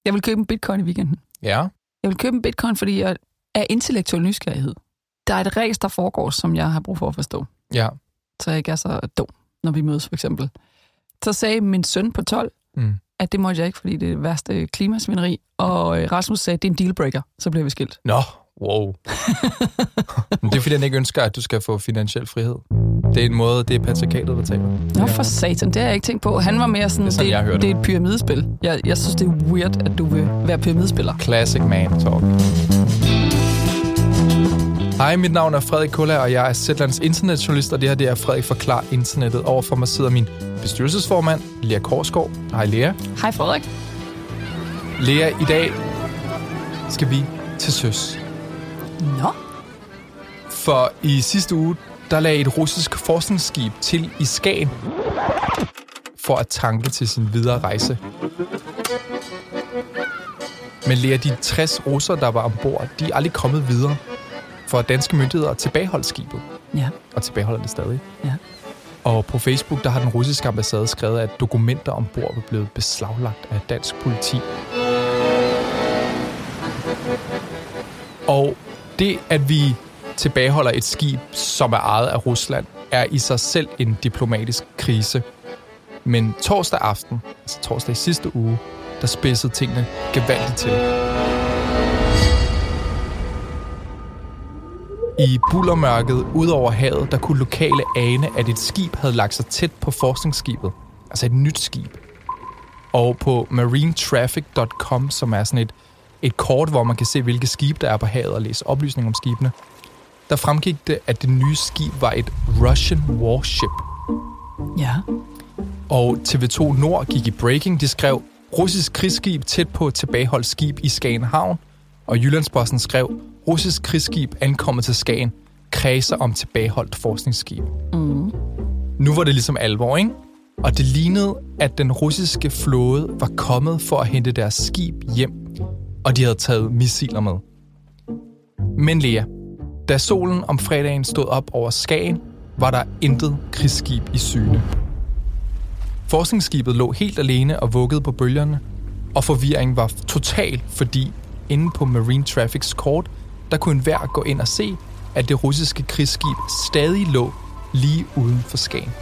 Jeg vil købe en bitcoin i weekenden. Ja. Jeg vil købe en bitcoin, fordi jeg er intellektuel nysgerrighed. Der er et ræs, der foregår, som jeg har brug for at forstå. Ja. Så jeg ikke er så dum, når vi mødes for eksempel. Så sagde min søn på 12, at det måtte jeg ikke, fordi det er det værste klimasvineri. Og Rasmus sagde, at det er en dealbreaker, så bliver vi skilt. Nå, wow. Men det er fordi, han ikke ønsker, at du skal få finansiel frihed. Det er en måde, det er patriarkatet, der taler. Nå, for satan, det har jeg ikke tænkt på. Han var mere sådan, det er et pyramidespil. Jeg synes, det er weird, at du vil være pyramidespiller. Classic man talk. Hej, mit navn er Frederik Kulla, og jeg er Zetlands internetjournalist, og det her det er Frederik Forklar Internettet. Overfor mig sidder min bestyrelsesformand, Lea Korsgaard. Hej, Lea. Hej, Frederik. Lea, i dag skal vi til søs. Nå. For i sidste uge, der lagde et russisk forskningsskib til i Skagen for at tanke til sin videre rejse. Men Lea, de 60 russere, der var ombord, de er aldrig kommet videre, for danske myndigheder tilbageholdt skibet. Ja. Og tilbageholder det stadig. Ja. Og på Facebook, der har den russiske ambassade skrevet, at dokumenter ombord var blevet beslaglagt af dansk politi. Og det, at vi tilbageholder et skib, som er ejet af Rusland, er i sig selv en diplomatisk krise. Men torsdag aften, altså torsdag i sidste uge, der spidsede tingene gevaldigt til. I bullermørket ud over havet, der kunne lokale ane, at et skib havde lagt sig tæt på forskningsskibet. Altså et nyt skib. Og på marinetraffic.com, som er sådan et kort, hvor man kan se, hvilke skibe der er på havet og læse oplysninger om skibene, der fremgik det, at det nye skib var et Russian warship. Ja. Og TV2 Nord gik i breaking. De skrev, russisk krigsskib tæt på tilbageholdt skib i Skagen Havn. Og Jyllandsposten skrev, russisk krigsskib ankommet til Skagen, kredser om tilbageholdt forskningsskib. Nu var det ligesom alvor, ikke? Og det lignede, at den russiske flåde var kommet for at hente deres skib hjem, og de havde taget missiler med. Men Lea, da solen om fredagen stod op over Skagen, var der intet krigsskib i syne. Forskningsskibet lå helt alene og vuggede på bølgerne, og forvirringen var total, fordi inde på Marine Traffics kort, der kunne enhver gå ind og se, at det russiske krigsskib stadig lå lige uden for Skagen.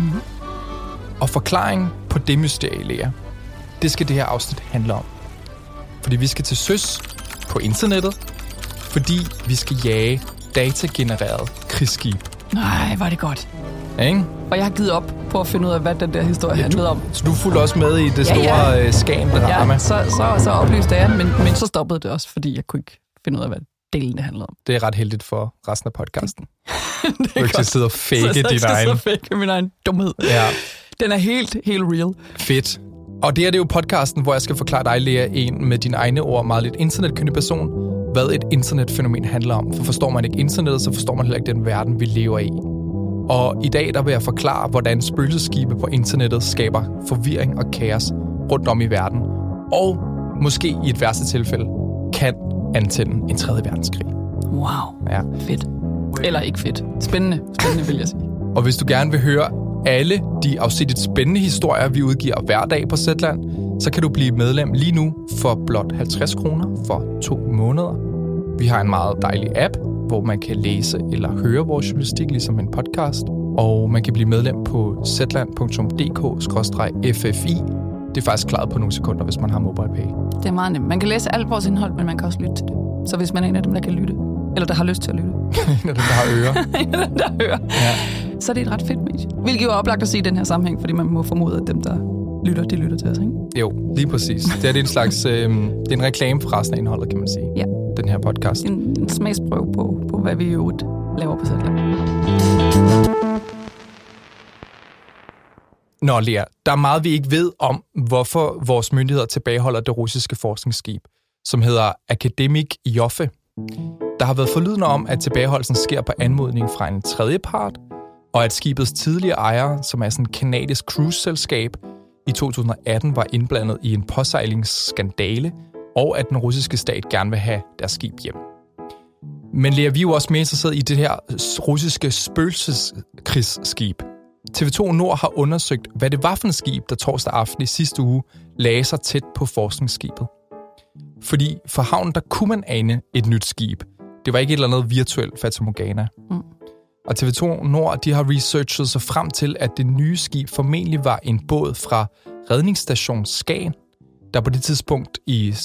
Og forklaringen på det mysterie, Lea, det skal det her afsnit handle om. Fordi vi skal til søs på internettet, fordi vi skal jage datagenereret krigsskib. Nej, var det godt. Ja, ikke? Og jeg har givet op på at finde ud af, hvad den der historie handlede om. Så du fulgte også med i det store Skagen-drama? Ja, så oplyste jeg, men så stoppede det også, fordi jeg kunne ikke finde ud af, hvad delen det handlede om. Det er ret heldigt for resten af podcasten. Det er du ikke sidde og fake din egen. Så fake min egen dumhed. Ja. Den er helt real. Fedt. Og det er jo podcasten, hvor jeg skal forklare dig, Lea, en med dine egne ord, meget lidt internetkyndig person, hvad et internetfænomen handler om. For forstår man ikke internettet, så forstår man heller ikke den verden, vi lever i. Og i dag, der vil jeg forklare, hvordan spøgelsesskibe på internettet skaber forvirring og kaos rundt om i verden. Og måske i et værste tilfælde kan antænde en 3. verdenskrig. Wow. Ja. Fedt. Eller ikke fedt. Spændende vil jeg sige. Og hvis du gerne vil høre alle de afsindigt spændende historier, vi udgiver hver dag på Zetland, så kan du blive medlem lige nu for blot 50 kroner for 2 måneder. Vi har en meget dejlig app, hvor man kan læse eller høre vores journalistik, ligesom en podcast. Og man kan blive medlem på zetland.dk/ffi. Det er faktisk klaret på nogle sekunder, hvis man har MobilePay. Det er meget nemt. Man kan læse alt vores indhold, men man kan også lytte til det. Så hvis man er en af dem, der kan lytte, eller der har lyst til at lytte. En af dem, der har ører. En af dem, der hører. Ja. Så er det et ret fedt medie. Hvilket jo er oplagt at sige i den her sammenhæng, fordi man må formode, at dem, der lytter, de lytter til os, ikke? Jo, lige præcis. Det er en slags det er en reklame for resten af indholdet, kan man sige. Ja. Den her podcast. En smagsprøve på, hvad vi jo laver på Zetland. Nå, Lea, der er meget, vi ikke ved om, hvorfor vores myndigheder tilbageholder det russiske forskningsskib, som hedder Akademik Joffe. Der har været forlydende om, at tilbageholdelsen sker på anmodning fra en tredjepart, og at skibets tidligere ejere, som er sådan et kanadisk cruise-selskab, i 2018 var indblandet i en påsejlingsskandale, og at den russiske stat gerne vil have deres skib hjem. Men Lea, vi er jo også mere interesseret i det her russiske spøgelseskrigsskib. TV2 Nord har undersøgt, hvad det var for et skib, der torsdag aften i sidste uge lagde sig tæt på forskningsskibet. Fordi for havnen, der kunne man ane et nyt skib. Det var ikke et eller andet virtuelt fatamorgana. Og TV2 Nord, de har researchet sig frem til, at det nye skib formentlig var en båd fra redningsstation Skagen, der på det tidspunkt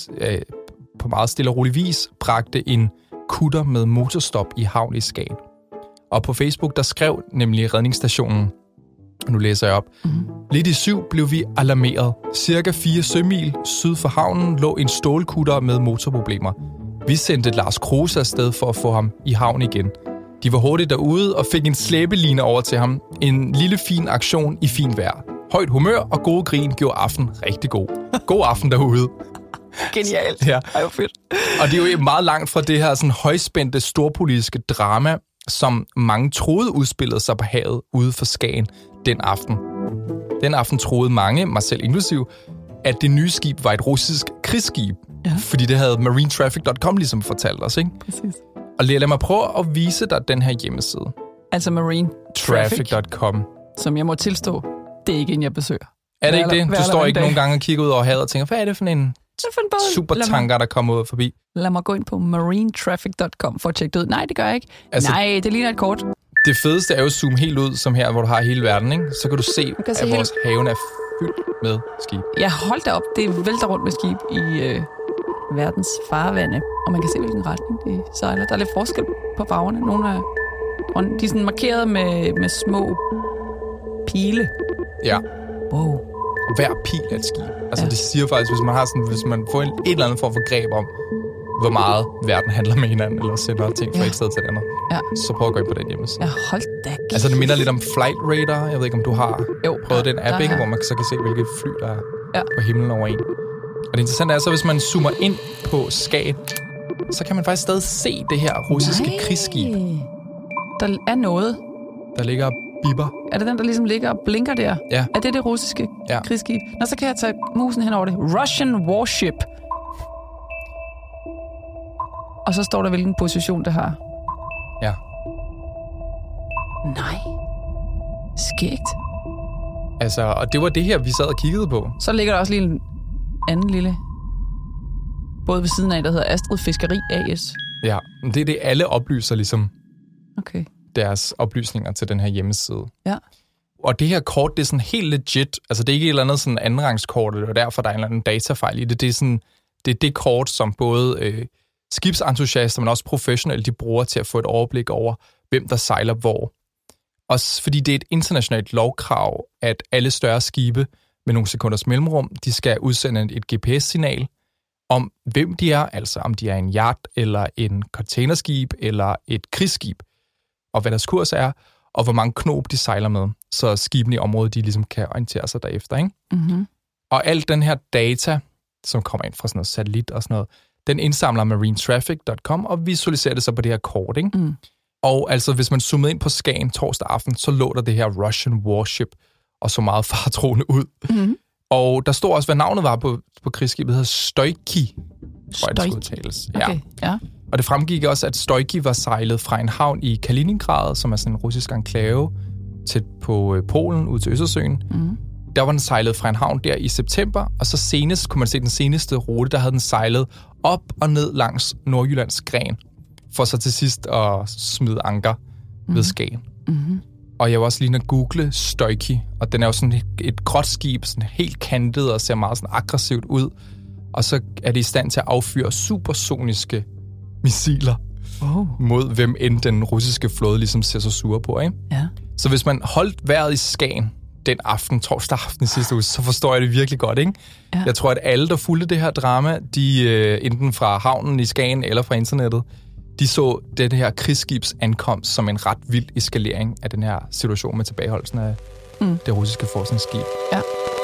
på meget stille og rolig vis bragte en kutter med motorstop i havn i Skagen. Og på Facebook, der skrev nemlig redningsstationen, og nu læser jeg op, lidt i 7 blev vi alarmeret. Cirka 4 sømil syd for havnen lå en stålkutter med motorproblemer. Vi sendte Lars Kruse afsted for at få ham i havn igen. De var hurtigt derude og fik en slæbeline over til ham. En lille fin aktion i fin vejr. Højt humør og gode grin gjorde aften rigtig god. God aften derude. Genialt. Ja. Ej, hvor fedt. Og det er jo meget langt fra det her sådan højspændte storpolitiske drama, som mange troede udspillede sig på havet ude for Skagen den aften. Den aften troede mange, mig selv inklusiv, at det nye skib var et russisk krigsskib. Ja. Fordi det havde marinetraffic.com ligesom fortalt os, ikke? Præcis. Og lad mig prøve at vise dig den her hjemmeside. Altså marinetraffic.com. Som jeg må tilstå, det er ikke en, jeg besøger. Er det ikke det? Du står ikke nogle gange og kigger ud over havet og tænker, hvad er det for en supertanker, der kommer ud forbi? Lad mig gå ind på marinetraffic.com for at tjekke det ud. Nej, det gør jeg ikke. Altså, nej, det ligner et kort. Det fedeste er jo at zoome helt ud, som her, hvor du har hele verden, ikke? Så kan du se, at vores haven er fyldt med skib. Ja, hold da op. Det vælter rundt med skib i verdens farvande. Og man kan se, hvilken retning de sejler. Der er lidt forskel på farverne. Nogle er de er sådan markeret med små pile. Ja. Wow. Hver pil er et skib. Altså det siger faktisk, hvis man får et eller andet form for greb om, hvor meget verden handler med hinanden, eller sender ting fra et sted til et andet, så prøv at gå ind på den hjemmeside. Ja, hold da. Altså det minder lidt om Flight Radar. Jeg ved ikke, om du har prøvet den app, ikke? Hvor man så kan se, hvilke fly, der er på himlen over en. Og det interessante er så, hvis man zoomer ind på Skagen, så kan man faktisk stadig se det her russiske krigsskib. Der er noget. Der ligger bipper. Er det den, der ligesom ligger og blinker der? Ja. Er det russiske krigsskib? Nå, så kan jeg tage musen hen over det. Russian Warship. Og så står der, hvilken position det har. Ja. Nej. Skægt. Altså, og det var det her, vi sad og kiggede på. Så ligger der også lige en anden lille båd ved siden af, der hedder Astrid Fiskeri AS. Ja, det er det, alle oplyser ligesom. Okay. Deres oplysninger til den her hjemmeside. Ja. Og det her kort, det er sådan helt legit. Altså, det er ikke et eller andet sådan andenrangskort, og derfor der er en eller anden datafejl i det. Det er sådan, det er det kort, som både skibsentusiaster, men også professionelle, de bruger til at få et overblik over, hvem der sejler hvor. Også fordi det er et internationalt lovkrav, at alle større skibe med nogle sekunders mellemrum, de skal udsende et GPS-signal om, hvem de er, altså om de er en yacht, eller en containerskib, eller et krigsskib, og hvad deres kurs er, og hvor mange knob de sejler med, så skibene i området, de ligesom kan orientere sig derefter, ikke? Mm-hmm. Og alt den her data, som kommer ind fra sådan noget satellit og sådan noget, den indsamler marinetraffic.com og visualiserer det så på det her kort, ikke? Mm. Og altså, hvis man zoomede ind på Skagen torsdag aften, så lå der det her Russian Warship, og så meget fartroende ud. Mm-hmm. Og der stod også, hvad navnet var på krigsskibet, hedder Stoichi. Okay, ja. Og det fremgik også, at Stoichi var sejlet fra en havn i Kaliningrad, som er sådan en russisk enklave, tæt på Polen, ud til Østersøen. Mm. Der var den sejlet fra en havn der i september, og så senest, kunne man se den seneste rute, der havde den sejlet op og ned langs Nordjyllands gren, for så til sidst at smide anker ved Skagen. Mm-hmm. Og jeg var også lige at google Stoichi, og den er jo sådan et gråt skib, sådan helt kantet og ser meget sådan aggressivt ud. Og så er det i stand til at affyre supersoniske missiler mod hvem end den russiske flåde ligesom ser så sure på, ikke? Ja. Så hvis man holdt vejret i Skagen den aften, torsdag aften i sidste uge, så forstår jeg det virkelig godt, ikke? Ja. Jeg tror, at alle, der fulgte det her drama, de enten fra havnen i Skagen eller fra internettet, de så det her krigsskibs ankomst som en ret vild eskalering af den her situation med tilbageholdelsen af det russiske forskningsskib. Ja.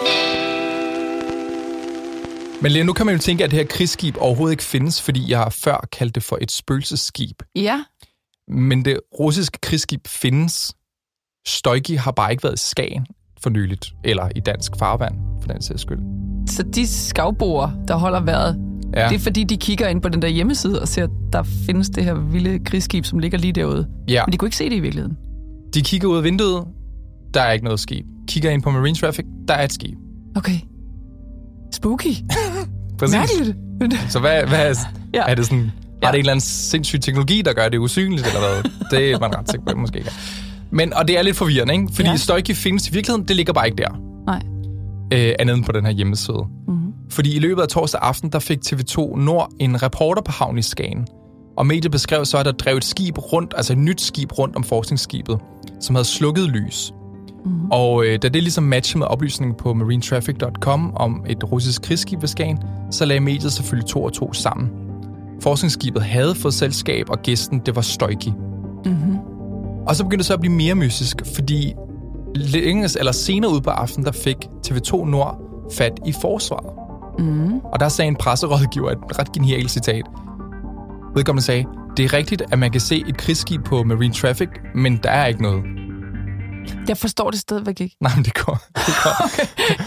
Men lige nu kan man jo tænke, at det her krigsskib overhovedet ikke findes, fordi jeg har før kaldt det for et spøgelsesskib. Ja. Men det russiske krigsskib findes. Stoichi har bare ikke været i Skagen for nyligt, eller i dansk farvand, for den sags skyld. Så de skavboer, der holder vejret, det er fordi, de kigger ind på den der hjemmeside og ser, at der findes det her vilde krigsskib, som ligger lige derude. Ja. Men de kunne ikke se det i virkeligheden. De kigger ud af vinduet, der er ikke noget skib. Kigger ind på Marine Traffic, der er et skib. Okay. Spooky. Præcis. Mærkeligt. Så hvad er det sådan... Ja. Er det en eller anden sindssyg teknologi, der gør det usynligt, eller hvad? Det er man ret sikker på, måske ikke. Men, og det er lidt forvirrende, ikke? Fordi Stoichkij findes i virkeligheden, det ligger bare ikke der. Nej. Andet end på den her hjemmeside. Mm-hmm. Fordi i løbet af torsdag aften, der fik TV2 Nord en reporter på havnen i Skagen. Og mediet beskrev så, at der drev et skib rundt, altså et nyt skib rundt om forskningsskibet, som havde slukket lys. Mm-hmm. Og da det ligesom matchede med oplysningen på marinetraffic.com om et russisk krigsskib ved Skagen, så lagde mediet selvfølgelig 2 og 2 sammen. Forskningsskibet havde fået selskab, og gæsten, det var Stoichkij. Mm-hmm. Og så begyndte det så at blive mere mystisk, fordi senere ud på aftenen, der fik TV2 Nord fat i forsvaret. Mm. Og der sagde en presserådgiver et ret genialt citat. Vedkommende sagde, det er rigtigt, at man kan se et krigsskib på Marine Traffic, men der er ikke noget. Jeg forstår det stadigvæk ikke. Nej, men det går. Okay.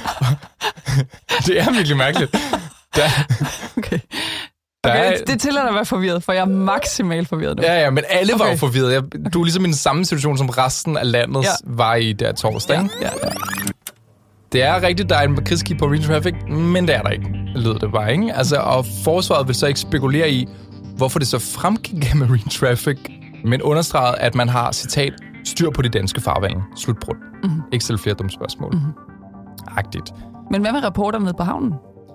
Det er virkelig mærkeligt. Okay. Det tillader at være forvirret, for jeg er maksimalt forvirret nu. Ja, men alle var jo forvirret. Du er ligesom i den samme situation, som resten af landet var i der torsdag. Ja. Det er rigtigt, der er en krigsskib på Marine Traffic, men det er der ikke, lyder det bare, ikke? Altså, og forsvaret vil så ikke spekulere i, hvorfor det så fremgik af Marine Traffic, men understreget, at man har, citat, styr på de danske farvande. Slutbrud. Mm-hmm. Ikke selv flere dumme spørgsmål. Mm-hmm. Agtigt. Men hvad med reporterne nede på havnen?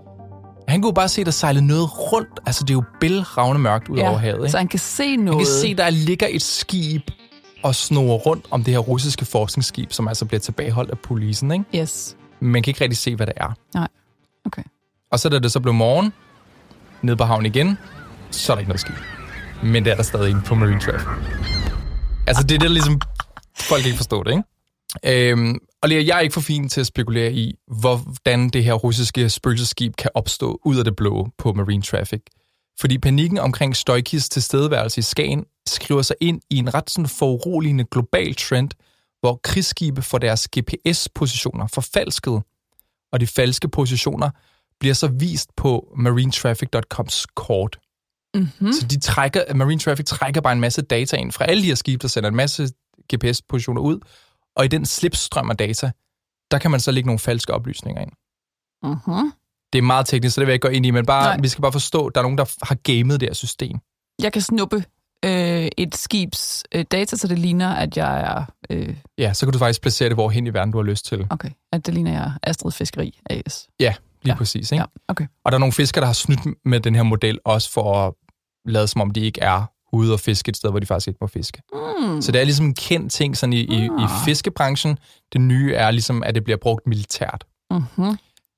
Han kunne bare se, der sejlede noget rundt. Altså, det er jo bælragende mørkt ud over havet, ikke? Så han kan se noget. Han kan se, der ligger et skib og snurrer rundt om det her russiske forskningsskib, som altså bliver tilbageholdt af politiet, ikke? Yes. Man kan ikke rigtig se, hvad det er. Nej, okay. Og så da det så blev morgen, nede på havnen igen, så er der ikke noget skib. Men det er der stadig inde på Marine Traffic. Altså, det er det, ligesom folk ikke forstår det, ikke? Og Lea, jeg er ikke for fin til at spekulere i, hvordan det her russiske spøgelsesskib kan opstå ud af det blå på Marine Traffic. Fordi panikken omkring Stoichkijs tilstedeværelse i Skagen skriver sig ind i en ret sådan foruroligende global trend, hvor krigsskibe får deres GPS-positioner forfalsket, og de falske positioner bliver så vist på marinetraffic.coms kort. Mm-hmm. Så Marine Traffic trækker bare en masse data ind fra alle de her skibe, der sender en masse GPS-positioner ud, og i den slipstrøm af data, der kan man så lægge nogle falske oplysninger ind. Mm-hmm. Det er meget teknisk, så det vil jeg ikke gå ind i, men vi skal bare forstå, at der er nogen, der har gamet det her system. Jeg kan snuppe et skibs data, så det ligner, at jeg er... Ja, så kan du faktisk placere det, hvorhen i verden du har lyst til. Okay, at det ligner jeg Astrid Fiskeri AS. Ja, lige præcis. Ikke? Ja, okay. Og der er nogle fiskere, der har snydt med den her model, også for at lade som om de ikke er ude og fiske et sted, hvor de faktisk ikke må fiske. Mm. Så det er ligesom en kendt ting sådan i fiskebranchen. Det nye er ligesom, at det bliver brugt militært. Mm-hmm.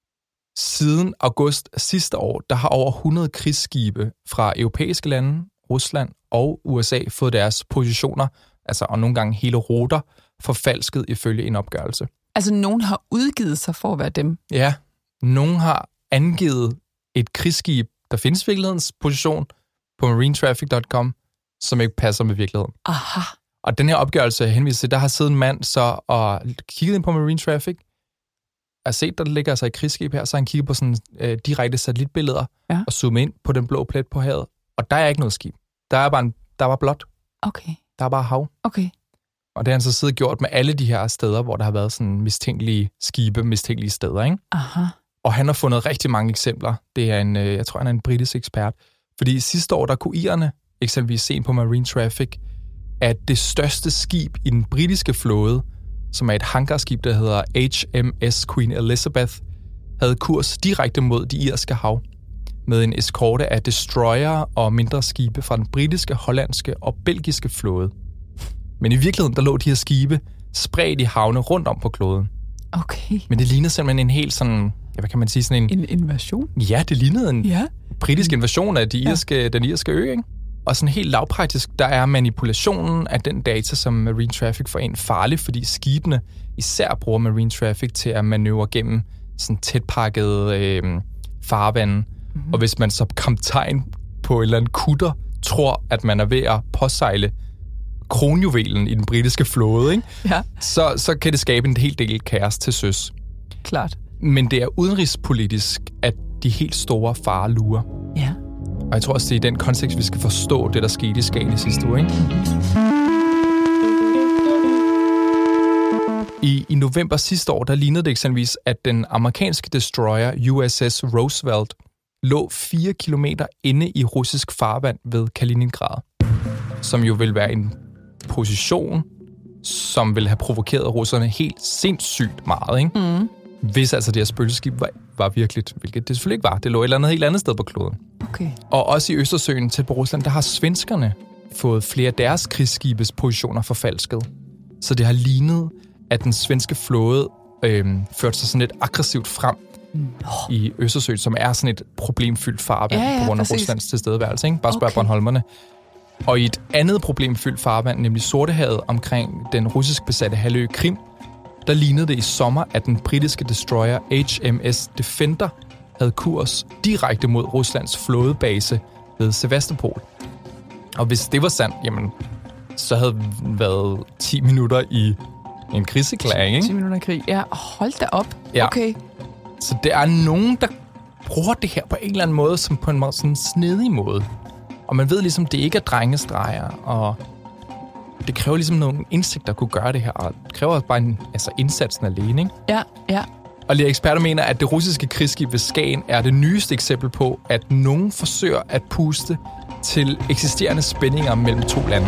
Siden august sidste år, der har over 100 krigsskibe fra europæiske lande, Rusland og USA fået deres positioner, altså og nogle gange hele ruter, forfalsket ifølge en opgørelse. Altså nogen har udgivet sig for at være dem? Ja, nogen har angivet et krigsskib, der findes virkelighedens position på marinetraffic.com, som ikke passer med virkeligheden. Aha. Og den her opgørelse henviser til, der har siddet en mand så og kigget ind på Marine Traffic, har set, der ligger altså et krigsskib her, så han kigger på sådan direkte satellitbilleder og zoomer ind på den blå plet på havet. Og der er ikke noget skib. Der er bare blåt. Okay. Der er bare hav. Okay. Og det har han så siddet gjort med alle de her steder, hvor der har været sådan mistænkelige skibe, mistænkelige steder, ikke? Aha. Og han har fundet rigtig mange eksempler. Det er jeg tror, han er en britisk ekspert. Fordi sidste år, der kunne irerne eksempelvis se på Marine Traffic, at det største skib i den britiske flåde, som er et hangarskib, der hedder HMS Queen Elizabeth, havde kurs direkte mod de irske hav, med en eskorte af destroyere og mindre skibe fra den britiske, hollandske og belgiske flåde. Men i virkeligheden, der lå de her skibe spredt i havne rundt om på kloden. Okay. Men det lignede simpelthen en helt sådan, hvad kan man sige, sådan en invasion? Ja, det lignede en britisk invasion af den irske ø, ikke? Og sådan helt lavpraktisk, der er manipulationen af den data, som Marine Traffic får ind, farlig, fordi skibene især bruger Marine Traffic til at manøvrere gennem sådan tætpakkede farvande. Mm-hmm. Og hvis man så kaptajn på en eller anden kutter tror, at man er ved at påsejle kronjuvelen i den britiske flåde, ikke? Ja. Så kan det skabe en hel del kaos til søs. Klart. Men det er udenrigspolitisk, at de helt store farer lurer. Ja. Og jeg tror også, det er i den kontekst, vi skal forstå det, der skete i Skagen i sidste uge, ikke? I november sidste år, der lignede det eksempelvis, at den amerikanske destroyer USS Roosevelt lå 4 kilometer inde i russisk farvand ved Kaliningrad, som jo vil være en position, som ville have provokeret russerne helt sindssygt meget, ikke? Mm. Hvis altså det her spøgelseskib var virkeligt, hvilket det selvfølgelig ikke var. Det lå et eller andet helt andet sted på kloden. Okay. Og også i Østersøen tæt på Rusland, der har svenskerne fået flere af deres krigsskibes positioner forfalsket. Så det har lignet, at den svenske flåde førte sig sådan lidt aggressivt frem i Østersøen, som er sådan et problemfyldt farvand på grund af Ruslands tilstedeværelse. Ikke? Bare spørg bornholmerne. Og i et andet problemfyldt farvand, nemlig Sortehavet omkring den russisk besatte halvø Krim, der lignede det i sommer, at den britiske destroyer HMS Defender havde kurs direkte mod Ruslands flådebase ved Sevastopol. Og hvis det var sandt, jamen, så havde det været 10 minutter i en krigserklæring, ikke? 10 minutter i krig. Ja, hold da op. Ja. Okay. Så der er nogen, der bruger det her på en eller anden måde, som på en måde sådan snedig måde. Og man ved ligesom, det ikke er drengestreger, og det kræver ligesom nogle indsigt, der kunne gøre det her, og det kræver også bare indsatsen alene, ikke? Ja, ja. Og lige eksperter mener, at det russiske krigsskib ved Skagen er det nyeste eksempel på, at nogen forsøger at puste til eksisterende spændinger mellem to lande.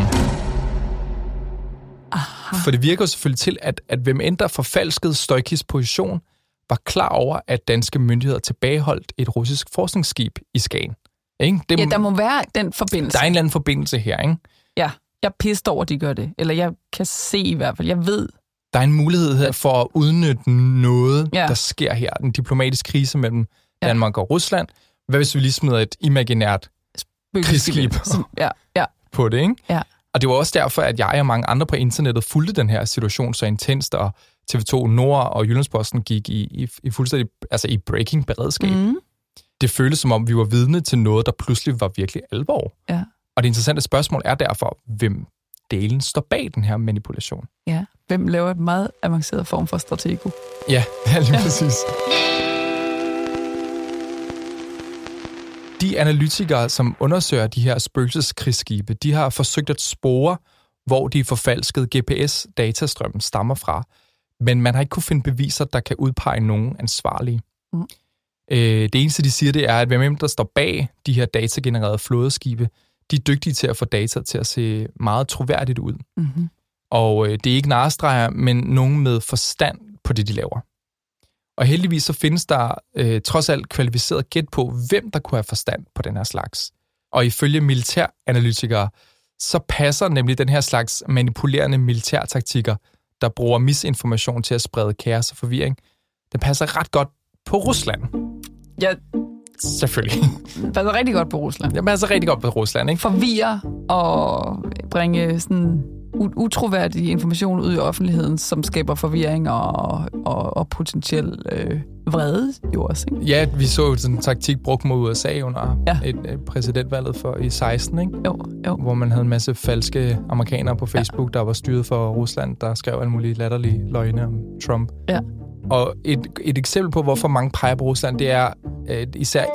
Aha. For det virker jo selvfølgelig til, at hvem end der forfalskede Stoikis position, var klar over, at danske myndigheder tilbageholdt et russisk forskningsskib i Skagen. Ikke? Der må være den forbindelse. Der er en eller anden forbindelse her, ikke? Ja, jeg er pissed over, at de gør det. Eller jeg kan se i hvert fald, jeg ved. Der er en mulighed her for at udnytte noget, der sker her. En diplomatisk krise mellem Danmark og Rusland. Hvad hvis vi lige smider et imaginært krigsskib på det, ikke? Ja. Og det var også derfor, at jeg og mange andre på internettet fulgte den her situation så intenst, og TV2 Nord og Jyllandsposten gik i fuldstændig, altså i breaking beredskab. Mm. Det føltes som om, vi var vidne til noget, der pludselig var virkelig alvor. Ja. Og det interessante spørgsmål er derfor, hvem delen står bag den her manipulation. Ja, hvem laver et meget avanceret form for stratego. Ja, lige præcis. De analytikere, som undersøger de her spøgelseskrigsskibe, de har forsøgt at spore, hvor de forfalskede GPS-datastrømmen stammer fra. Men man har ikke kunne finde beviser, der kan udpege nogen ansvarlige. Mm. Det eneste, de siger, det er, at hvem der står bag de her datagenererede flådeskibe, de er dygtige til at få data til at se meget troværdigt ud. Mm-hmm. Og det er ikke narrestreger, men nogen med forstand på det, de laver. Og heldigvis så findes der trods alt kvalificeret gæt på, hvem der kunne have forstand på den her slags. Og ifølge militæranalytikere, så passer nemlig den her slags manipulerende militærtaktikker, der bruger misinformation til at sprede kaos og forvirring, den passer ret godt på Rusland. Ja, selvfølgelig. Det passer rigtig godt på Rusland. Det passer rigtig godt på Rusland, ikke? Forvirre og bringe sådan utroværdig information ud i offentligheden, som skaber forvirring og potentiel vrede jo også, ikke? Ja, vi så jo sådan en taktik brugt mod USA under et præsidentvalget i 16, ikke? Jo. Hvor man havde en masse falske amerikanere på Facebook, der var styret for Rusland, der skrev alle mulige latterlige løgne om Trump. Ja. Og et eksempel på, hvorfor mange peger på Rusland, det er især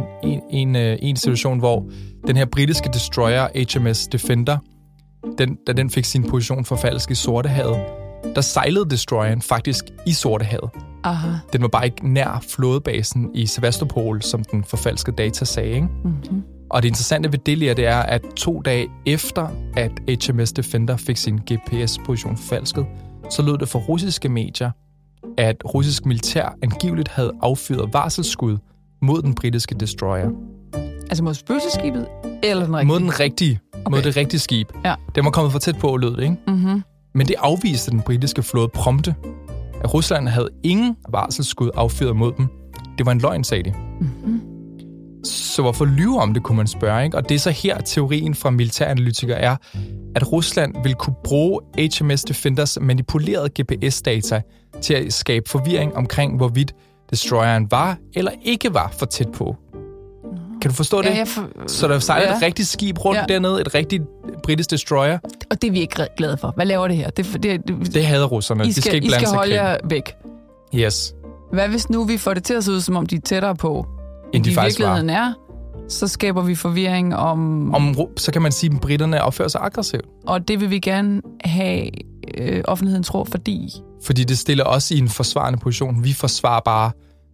en situation, hvor den her britiske destroyer, HMS Defender, da den fik sin position forfalsket i Sortehavet, der sejlede destroyeren faktisk i Sortehavet. Aha. Den var bare ikke nær flådebasen i Sevastopol, som den forfalskede data sagde, ikke? Mm-hmm. Og det interessante ved det er, at 2 dage efter, at HMS Defender fik sin GPS-position forfalsket, så lød det fra russiske medier, at russisk militær angiveligt havde affyret varselsskud mod den britiske destroyer. Altså mod spøgelsesskibet eller den rigtige? Mod den rigtige. Okay. Mod det rigtige skib. Ja. Den var kommet for tæt på, lød det, ikke? Mm-hmm. Men det afviste den britiske flåde prompte. At Rusland havde ingen varselsskud affyret mod dem. Det var en løgn, sagde de. Mm-hmm. Så hvorfor lyve om det, kunne man spørge, ikke? Og det er så her, teorien fra militæranalytikere er, at Rusland vil kunne bruge HMS Defenders manipulerede GPS-data til at skabe forvirring omkring, hvorvidt destroyeren var eller ikke var for tæt på. Kan du forstå det? Så der sejler et rigtigt skib rundt dernede, et rigtigt britisk destroyer. Og det er vi ikke glade for. Hvad laver det her? Det hader russerne. I skal holde jer væk. Yes. Hvad hvis nu vi får det til at se ud, som om de er tættere på, end de virkeligheden er? Så skaber vi forvirring om... Så kan man sige, at britterne opfører sig aggressivt. Og det vil vi gerne have offentligheden tror, fordi... Fordi det stiller os i en forsvarende position. Vi forsvarer bare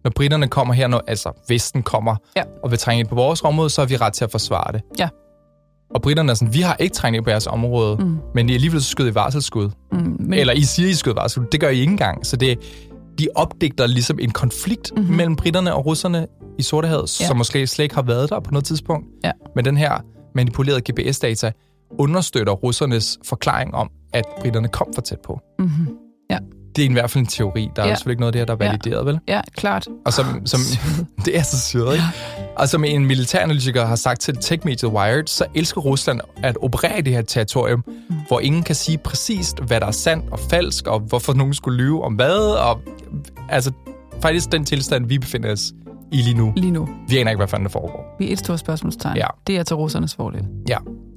Når briterne kommer her, når Vesten kommer og vil trænge ind på vores område, så har vi ret til at forsvare det. Ja. Og briterne er sådan, vi har ikke trængt ind på jeres område, men I alligevel skød i varselsskud. Eller I siger, I skød i varselsskud. Det gør I ikke engang. Så de opdigter ligesom en konflikt mellem briterne og russerne i Sortehavet, som måske slet ikke har været der på noget tidspunkt. Ja. Men den her manipulerede GPS-data understøtter russernes forklaring om, at briterne kom for tæt på. Ja. Det er i hvert fald en teori. Der er jo selvfølgelig ikke noget af det her, der er valideret, vel? Ja, klart. Og som det er så syret, ikke? Og som en militæranalytiker har sagt til tech-mediet Wired, så elsker Rusland at operere i det her territorium, hvor ingen kan sige præcist, hvad der er sandt og falsk, og hvorfor nogen skulle lyve om hvad. Og altså, faktisk den tilstand, vi befinder os i lige nu. Vi aner ikke, hvad fanden der foregår. Vi er et stort spørgsmålstegn. Ja. Det er til russernes fordel. Ja.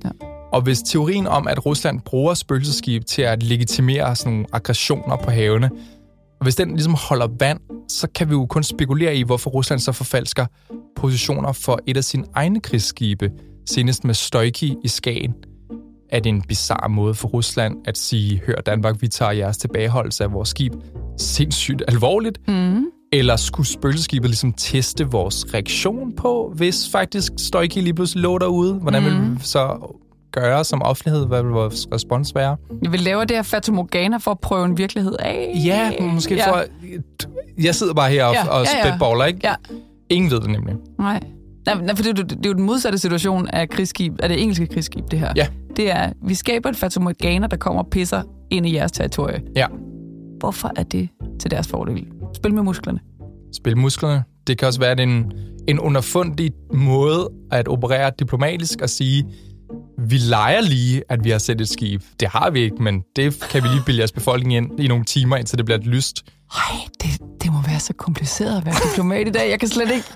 Og hvis teorien om, at Rusland bruger spøgelsesskib til at legitimere sådan nogle aggressioner på havene, og hvis den ligesom holder vand, så kan vi jo kun spekulere i, hvorfor Rusland så forfalsker positioner for et af sine egne krigsskibe, senest med Stoichi i Skagen. Er det en bizarre måde for Rusland at sige, hør Danmark, vi tager jeres tilbageholdelse af vores skib sindssygt alvorligt? Eller skulle spøgelsesskibet ligesom teste vores reaktion på, hvis faktisk Stoichi lige pludselig lå derude? Hvordan vil vi så gøre som offentlighed? Hvad vil vores respons være? Vi laver det her fatamorgana for at prøve en virkelighed af. Ja, måske for... Jeg sidder bare her og spitballer, ikke? Ja. Ingen ved det nemlig. Nej, for det er jo den modsatte situation af krigsskib, af det engelske krigsskib, det her. Ja. Det er, vi skaber et fatamorgana, der kommer og pisser ind i jeres territorie. Ja. Hvorfor er det til deres fordel? Spil med musklerne. Spil musklerne. Det kan også være en underfundig måde at operere diplomatisk og sige, vi leger lige, at vi har sendt et skib. Det har vi ikke, men det kan vi lige bilde jeres befolkning ind i nogle timer, indtil det bliver et lyst. Ej, det må være så kompliceret at være diplomat i dag. Jeg kan slet ikke...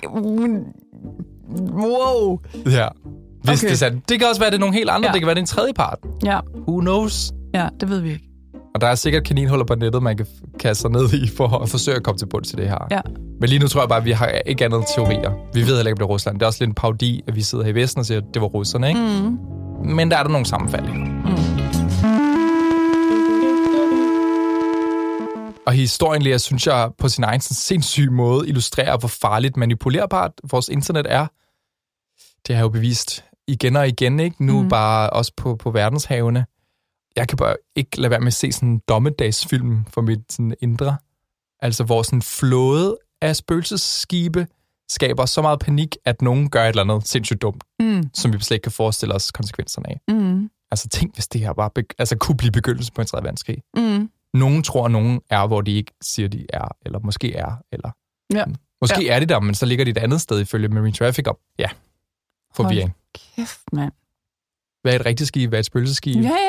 Wow. Ja. Hvis det er sandt. Det kan også være, det er nogle helt andre. Ja. Det kan være, det er en tredje part. Ja. Who knows? Ja, det ved vi ikke. Og der er sikkert kaninhuller på nettet, man kan kaste sig ned i for at forsøge at komme til bunds til det her. Ja. Men lige nu tror jeg bare, at vi har ikke andet teorier. Vi ved heller ikke, om det er Rusland. Det er også lidt en parodi, at vi sidder her i Vesten og siger, at det var russerne, ikke? Men der er der nogle sammenfald. Og historien, Lea, synes jeg på sin egen sindssyge måde illustrerer, hvor farligt manipulerbart vores internet er. Det har jo bevist igen og igen, ikke? Nu bare også på verdenshavene. Jeg kan bare ikke lade være med at se sådan en dommedagsfilm for mit sådan indre. Altså, hvor sådan en flåde af spøgelsesskibe skaber så meget panik, at nogen gør et eller andet sindssygt dumt, som vi slet ikke kan forestille os konsekvenserne af. Altså, tænk, hvis det her bare kunne blive begyndelsen på en 3. verdenskrig. Nogen tror, at nogen er, hvor de ikke siger, de er, eller måske er, eller... Ja. Måske er de der, men så ligger de et andet sted ifølge Marine Traffic op. Ja, forvirring. Kæft, mand. Hvad er et rigtigt skib? Hvad er et spøgelsesskib? Ja.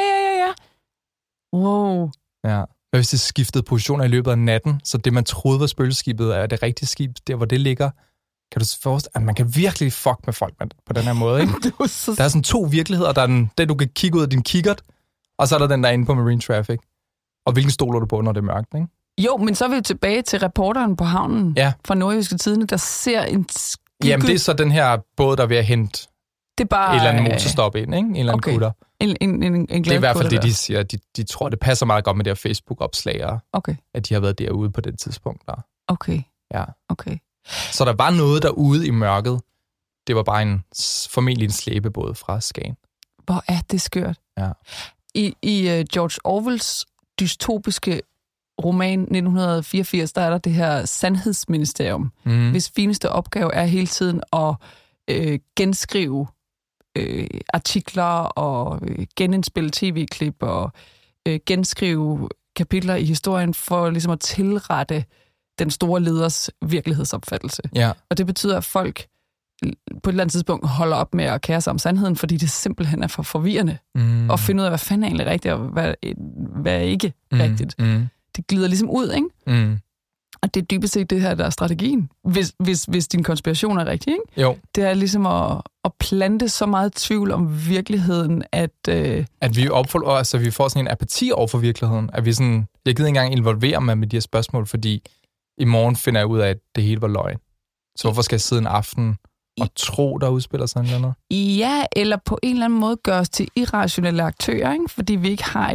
Wow. Ja. Hvad hvis det skiftede positioner i løbet af natten, så det, man troede var spøgelsesskibet, er det rigtige skib, der hvor det ligger? Kan du forestille, at man kan virkelig fuck med folk på den her måde, ikke? Der er sådan 2 virkeligheder. Der er den du kan kigge ud af din kikkert, og så er der den, der er inde på Marine Traffic. Og hvilken stol er du på, når det er mørkt, ikke? Jo, men så er vi jo tilbage til reporteren på havnen fra Nordjyske Tidene, der ser en skygge. Jamen, det er så den her båd, der er ved at hente det er bare, et eller andet motorstop ind, ikke? En eller anden kutter. En det er i hvert fald det, de siger. De tror, det passer meget godt med det her Facebook-opslag, at de har været derude på det tidspunkt. Der. Okay. Ja. Okay. Så der var noget derude i mørket. Det var bare formentlig en slæbebåd fra Skagen. Hvor er det skørt. Ja. I George Orwells dystopiske roman 1984, der er der det her sandhedsministerium, hvis fineste opgave er hele tiden at genskrive artikler og genindspille tv-klip og genskrive kapitler i historien for ligesom at tilrette den store leders virkelighedsopfattelse. Ja. Og det betyder, at folk på et eller andet tidspunkt holder op med at kære sig om sandheden, fordi det simpelthen er for forvirrende og finde ud af, hvad fanden er egentlig rigtigt, og hvad er ikke rigtigt. Det glider ligesom ud, ikke? Og det er dybest set det her, der er strategien. Hvis din konspiration er rigtig, ikke? Jo. Det er ligesom at plante så meget tvivl om virkeligheden, at vi vi får sådan en apati over for virkeligheden. At vi sådan, jeg gider ikke engang involvere mig med de her spørgsmål, fordi i morgen finder jeg ud af, at det hele var løgn. Så hvorfor skal jeg sidde en aften og tro, der udspiller sig eller andet? Ja, eller på en eller anden måde gøre os til irrationelle aktører, ikke? Fordi vi ikke har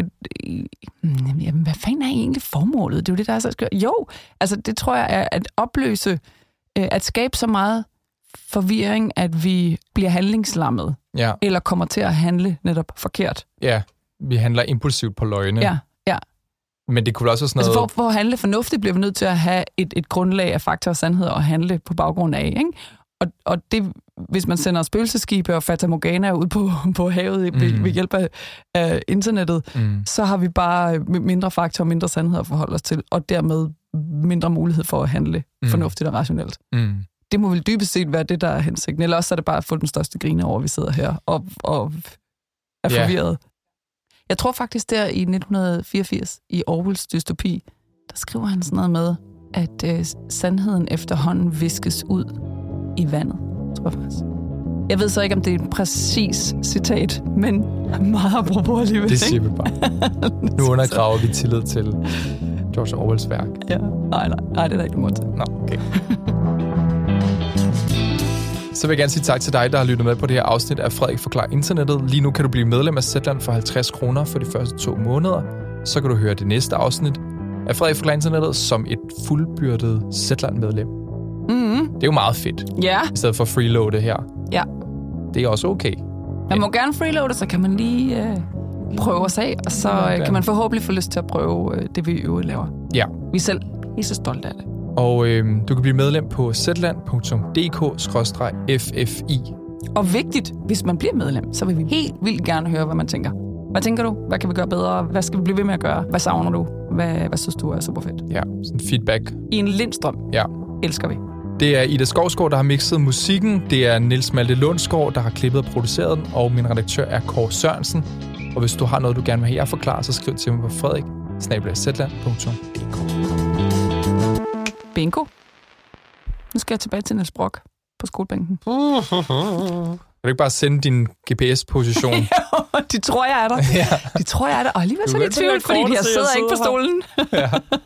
jamen, hvad fanden er egentlig formålet? Det er jo det, der er så skørt. Jo, altså det tror jeg er at opløse at skabe så meget forvirring, at vi bliver handlingslammet, eller kommer til at handle netop forkert. Ja, vi handler impulsivt på løgne. Ja. Men det kunne også være sådan noget... Altså for at handle fornuftigt, bliver vi nødt til at have et grundlag af fakta og sandhed og handle på baggrund af, ikke? Og det, hvis man sender spøgelseskibe og Fata Morgana ud på havet ved hjælp af internettet, så har vi bare mindre fakta og mindre sandhed at forholde os til, og dermed mindre mulighed for at handle fornuftigt og rationelt. Det må vel dybest set være det, der er hensigten. Eller også er det bare at få den største grine over, vi sidder her og er forvirret. Jeg tror faktisk der i 1984, i Orwells dystopi, der skriver han sådan noget med, at sandheden efterhånden viskes ud i vandet, tror jeg faktisk. Jeg ved så ikke, om det er et præcis citat, men meget apropos alligevel. Det siger vi bare. Nu undergraver vi tillid til George Orwells værk. Ja, nej, det er der ikke nogen til. Nå, okay. Så vil jeg gerne sige tak til dig, der har lyttet med på det her afsnit af Frederik Forklarer Internettet. Lige nu kan du blive medlem af Zetland for 50 kroner for de første 2 måneder. Så kan du høre det næste afsnit af Frederik Forklarer Internettet som et fuldbyrdet Zetland-medlem. Det er jo meget fedt. Ja. I stedet for at freeloade her. Ja. Det er også okay. Man må gerne freeloade, så kan man lige prøve os af, og så kan man forhåbentlig få lyst til at prøve det, vi i øvrigt laver. Ja. Vi er selv så stolte af det. Og du kan blive medlem på zetland.dk/ffi. Og vigtigt, hvis man bliver medlem, så vil vi helt vildt gerne høre, hvad man tænker. Hvad tænker du? Hvad kan vi gøre bedre? Hvad skal vi blive ved med at gøre? Hvad savner du? Hvad synes du er super fedt? Ja, sådan feedback. I en lindstrøm. Ja. Elsker vi. Det er Ida Skovsgaard, der har mixet musikken. Det er Niels Malte Lundsgaard, der har klippet og produceret den. Og min redaktør er Kåre Sørensen. Og hvis du har noget, du gerne vil have jeg forklare, så skriv til mig på frederik@zetland.dk. Bingo. Nu skal jeg tilbage til Niels Brock på skolebænken. Kan du ikke bare sende din GPS-position? De tror, jeg er der. De tror, jeg er der. Og alligevel så er det tvivl, fordi jeg sidder ikke på stolen.